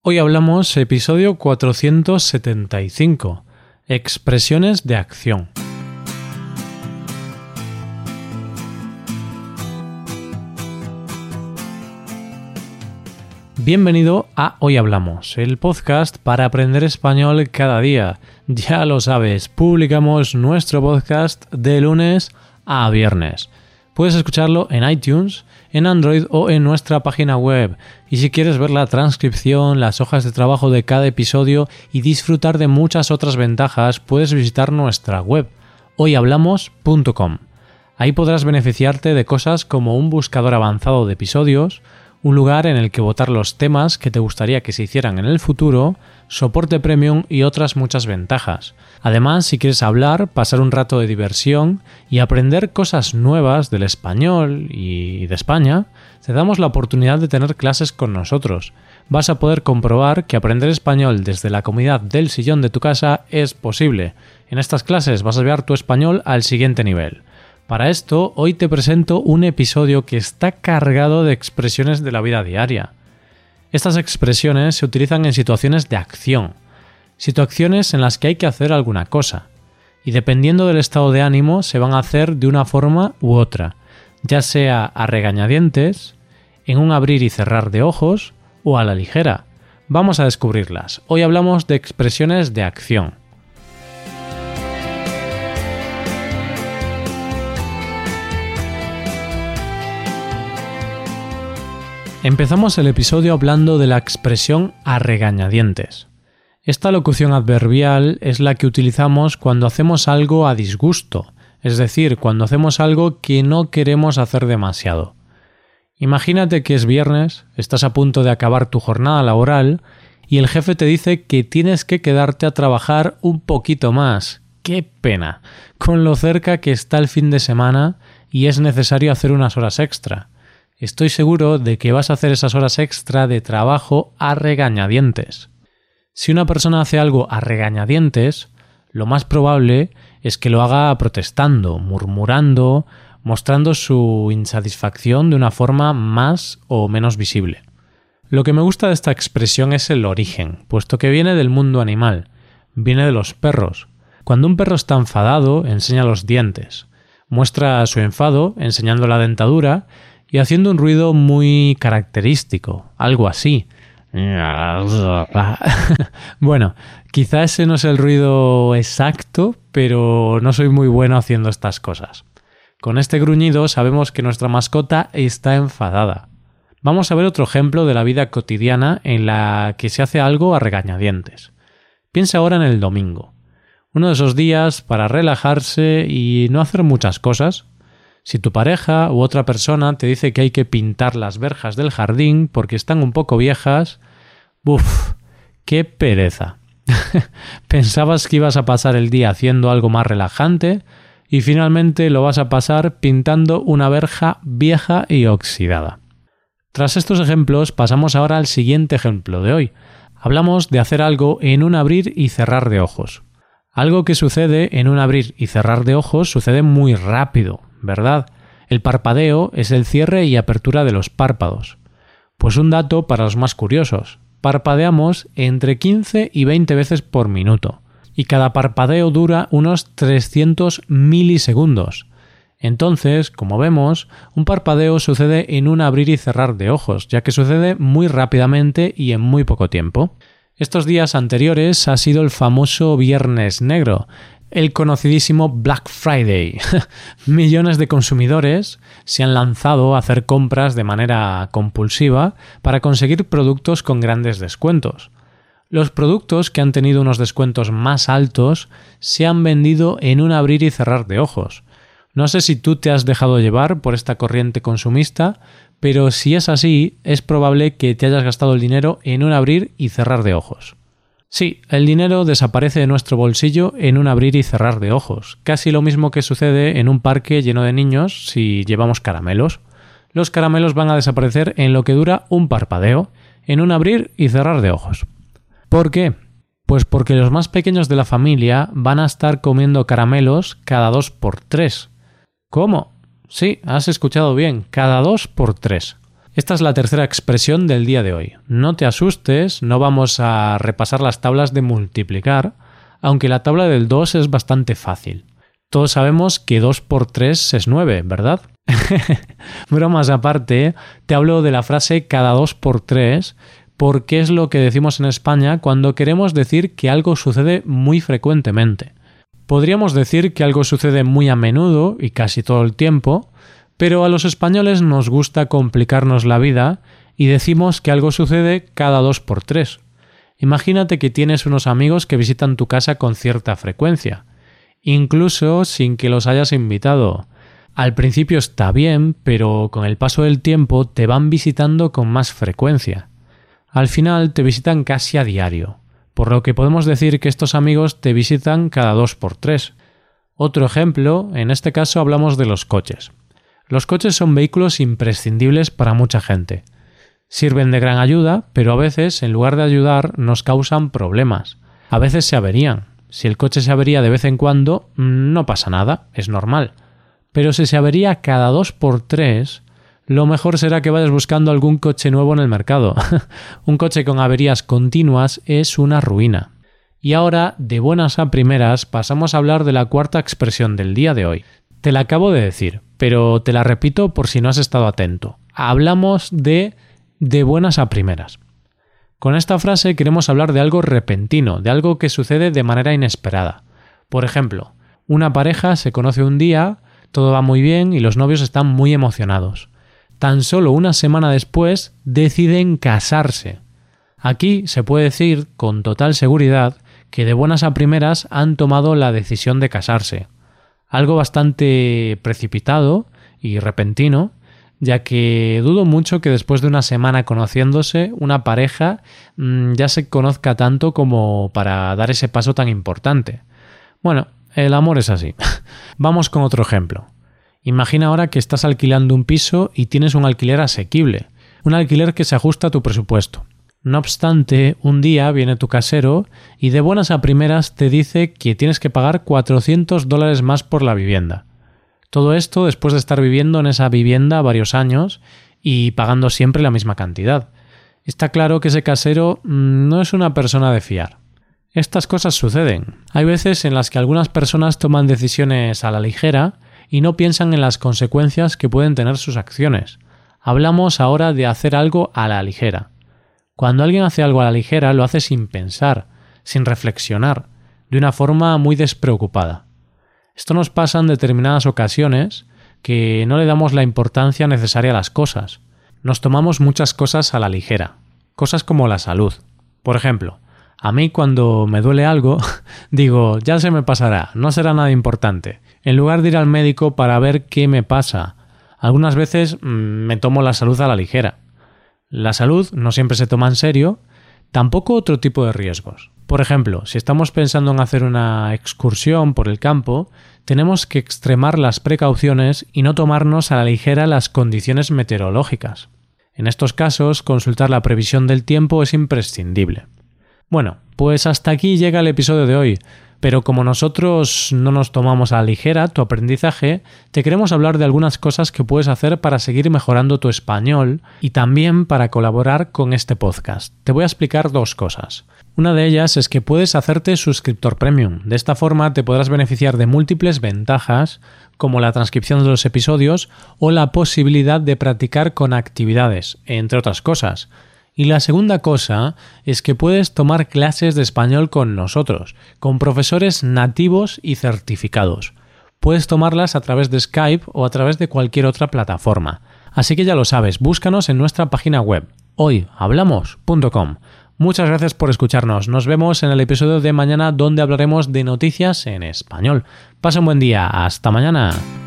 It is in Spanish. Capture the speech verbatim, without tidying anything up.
Hoy hablamos episodio cuatrocientos setenta y cinco, expresiones de acción. Bienvenido a Hoy Hablamos, el podcast para aprender español cada día. Ya lo sabes, publicamos nuestro podcast de lunes a viernes. Puedes escucharlo en iTunes, en Android o en nuestra página web. Y si quieres ver la transcripción, las hojas de trabajo de cada episodio y disfrutar de muchas otras ventajas, puedes visitar nuestra web, hoy hablamos punto com. Ahí podrás beneficiarte de cosas como un buscador avanzado de episodios, un lugar en el que votar los temas que te gustaría que se hicieran en el futuro, soporte premium y otras muchas ventajas. Además, si quieres hablar, pasar un rato de diversión y aprender cosas nuevas del español y de España, te damos la oportunidad de tener clases con nosotros. Vas a poder comprobar que aprender español desde la comodidad del sillón de tu casa es posible. En estas clases vas a llevar tu español al siguiente nivel. Para esto, hoy te presento un episodio que está cargado de expresiones de la vida diaria. Estas expresiones se utilizan en situaciones de acción, situaciones en las que hay que hacer alguna cosa, y dependiendo del estado de ánimo se van a hacer de una forma u otra, ya sea a regañadientes, en un abrir y cerrar de ojos o a la ligera. Vamos a descubrirlas. Hoy hablamos de expresiones de acción. Empezamos el episodio hablando de la expresión a regañadientes. Esta locución adverbial es la que utilizamos cuando hacemos algo a disgusto, es decir, cuando hacemos algo que no queremos hacer demasiado. Imagínate que es viernes, estás a punto de acabar tu jornada laboral y el jefe te dice que tienes que quedarte a trabajar un poquito más. ¡Qué pena! Con lo cerca que está el fin de semana y es necesario hacer unas horas extra. Estoy seguro de que vas a hacer esas horas extra de trabajo a regañadientes. Si una persona hace algo a regañadientes, lo más probable es que lo haga protestando, murmurando, mostrando su insatisfacción de una forma más o menos visible. Lo que me gusta de esta expresión es el origen, puesto que viene del mundo animal, viene de los perros. Cuando un perro está enfadado, enseña los dientes, muestra su enfado enseñando la dentadura y haciendo un ruido muy característico, algo así. Bueno, quizá ese no es el ruido exacto, pero no soy muy bueno haciendo estas cosas. Con este gruñido sabemos que nuestra mascota está enfadada. Vamos a ver otro ejemplo de la vida cotidiana en la que se hace algo a regañadientes. Piensa ahora en el domingo, uno de esos días para relajarse y no hacer muchas cosas. Si tu pareja u otra persona te dice que hay que pintar las verjas del jardín porque están un poco viejas, ¡buf! ¡Qué pereza! Pensabas que ibas a pasar el día haciendo algo más relajante y finalmente lo vas a pasar pintando una verja vieja y oxidada. Tras estos ejemplos, pasamos ahora al siguiente ejemplo de hoy. Hablamos de hacer algo en un abrir y cerrar de ojos. Algo que sucede en un abrir y cerrar de ojos sucede muy rápido, ¿verdad? El parpadeo es el cierre y apertura de los párpados. Pues un dato para los más curiosos. Parpadeamos entre quince y veinte veces por minuto y cada parpadeo dura unos trescientos milisegundos. Entonces, como vemos, un parpadeo sucede en un abrir y cerrar de ojos, ya que sucede muy rápidamente y en muy poco tiempo. Estos días anteriores ha sido el famoso Viernes Negro, el conocidísimo Black Friday. Millones de consumidores se han lanzado a hacer compras de manera compulsiva para conseguir productos con grandes descuentos. Los productos que han tenido unos descuentos más altos se han vendido en un abrir y cerrar de ojos. No sé si tú te has dejado llevar por esta corriente consumista, pero si es así, es probable que te hayas gastado el dinero en un abrir y cerrar de ojos. Sí, el dinero desaparece de nuestro bolsillo en un abrir y cerrar de ojos, casi lo mismo que sucede en un parque lleno de niños si llevamos caramelos. Los caramelos van a desaparecer en lo que dura un parpadeo, en un abrir y cerrar de ojos. ¿Por qué? Pues porque los más pequeños de la familia van a estar comiendo caramelos cada dos por tres. ¿Cómo? Sí, has escuchado bien, cada dos por tres. Esta es la tercera expresión del día de hoy. No te asustes, no vamos a repasar las tablas de multiplicar, aunque la tabla del dos es bastante fácil. Todos sabemos que dos por tres es nueve, ¿verdad? Bromas aparte, te hablo de la frase cada dos por tres porque es lo que decimos en España cuando queremos decir que algo sucede muy frecuentemente. Podríamos decir que algo sucede muy a menudo y casi todo el tiempo, pero a los españoles nos gusta complicarnos la vida y decimos que algo sucede cada dos por tres. Imagínate que tienes unos amigos que visitan tu casa con cierta frecuencia, incluso sin que los hayas invitado. Al principio está bien, pero con el paso del tiempo te van visitando con más frecuencia. Al final te visitan casi a diario, por lo que podemos decir que estos amigos te visitan cada dos por tres. Otro ejemplo, en este caso hablamos de los coches. Los coches son vehículos imprescindibles para mucha gente. Sirven de gran ayuda, pero a veces, en lugar de ayudar, nos causan problemas. A veces se averían. Si el coche se avería de vez en cuando, no pasa nada, es normal. Pero si se avería cada dos por tres, lo mejor será que vayas buscando algún coche nuevo en el mercado. Un coche con averías continuas es una ruina. Y ahora, de buenas a primeras, pasamos a hablar de la cuarta expresión del día de hoy. Te la acabo de decir, pero te la repito por si no has estado atento. Hablamos de de buenas a primeras. Con esta frase queremos hablar de algo repentino, de algo que sucede de manera inesperada. Por ejemplo, una pareja se conoce un día, todo va muy bien y los novios están muy emocionados. Tan solo una semana después deciden casarse. Aquí se puede decir con total seguridad que de buenas a primeras han tomado la decisión de casarse. Algo bastante precipitado y repentino, ya que dudo mucho que después de una semana conociéndose, una pareja mmm, ya se conozca tanto como para dar ese paso tan importante. Bueno, el amor es así. Vamos con otro ejemplo. Imagina ahora que estás alquilando un piso y tienes un alquiler asequible, un alquiler que se ajusta a tu presupuesto. No obstante, un día viene tu casero y de buenas a primeras te dice que tienes que pagar cuatrocientos dólares más por la vivienda. Todo esto después de estar viviendo en esa vivienda varios años y pagando siempre la misma cantidad. Está claro que ese casero no es una persona de fiar. Estas cosas suceden. Hay veces en las que algunas personas toman decisiones a la ligera y no piensan en las consecuencias que pueden tener sus acciones. Hablamos ahora de hacer algo a la ligera. Cuando alguien hace algo a la ligera, lo hace sin pensar, sin reflexionar, de una forma muy despreocupada. Esto nos pasa en determinadas ocasiones que no le damos la importancia necesaria a las cosas. Nos tomamos muchas cosas a la ligera, cosas como la salud. Por ejemplo, a mí cuando me duele algo, digo, ya se me pasará, no será nada importante, en lugar de ir al médico para ver qué me pasa. Algunas veces mmm, me tomo la salud a la ligera. La salud no siempre se toma en serio, tampoco otro tipo de riesgos. Por ejemplo, si estamos pensando en hacer una excursión por el campo, tenemos que extremar las precauciones y no tomarnos a la ligera las condiciones meteorológicas. En estos casos, consultar la previsión del tiempo es imprescindible. Bueno, pues hasta aquí llega el episodio de hoy, pero como nosotros no nos tomamos a la ligera tu aprendizaje, te queremos hablar de algunas cosas que puedes hacer para seguir mejorando tu español y también para colaborar con este podcast. Te voy a explicar dos cosas. Una de ellas es que puedes hacerte suscriptor premium. De esta forma te podrás beneficiar de múltiples ventajas, como la transcripción de los episodios o la posibilidad de practicar con actividades, entre otras cosas. Y la segunda cosa es que puedes tomar clases de español con nosotros, con profesores nativos y certificados. Puedes tomarlas a través de Skype o a través de cualquier otra plataforma. Así que ya lo sabes, búscanos en nuestra página web, hoy hablamos punto com. Muchas gracias por escucharnos. Nos vemos en el episodio de mañana donde hablaremos de noticias en español. Pasa un buen día. Hasta mañana.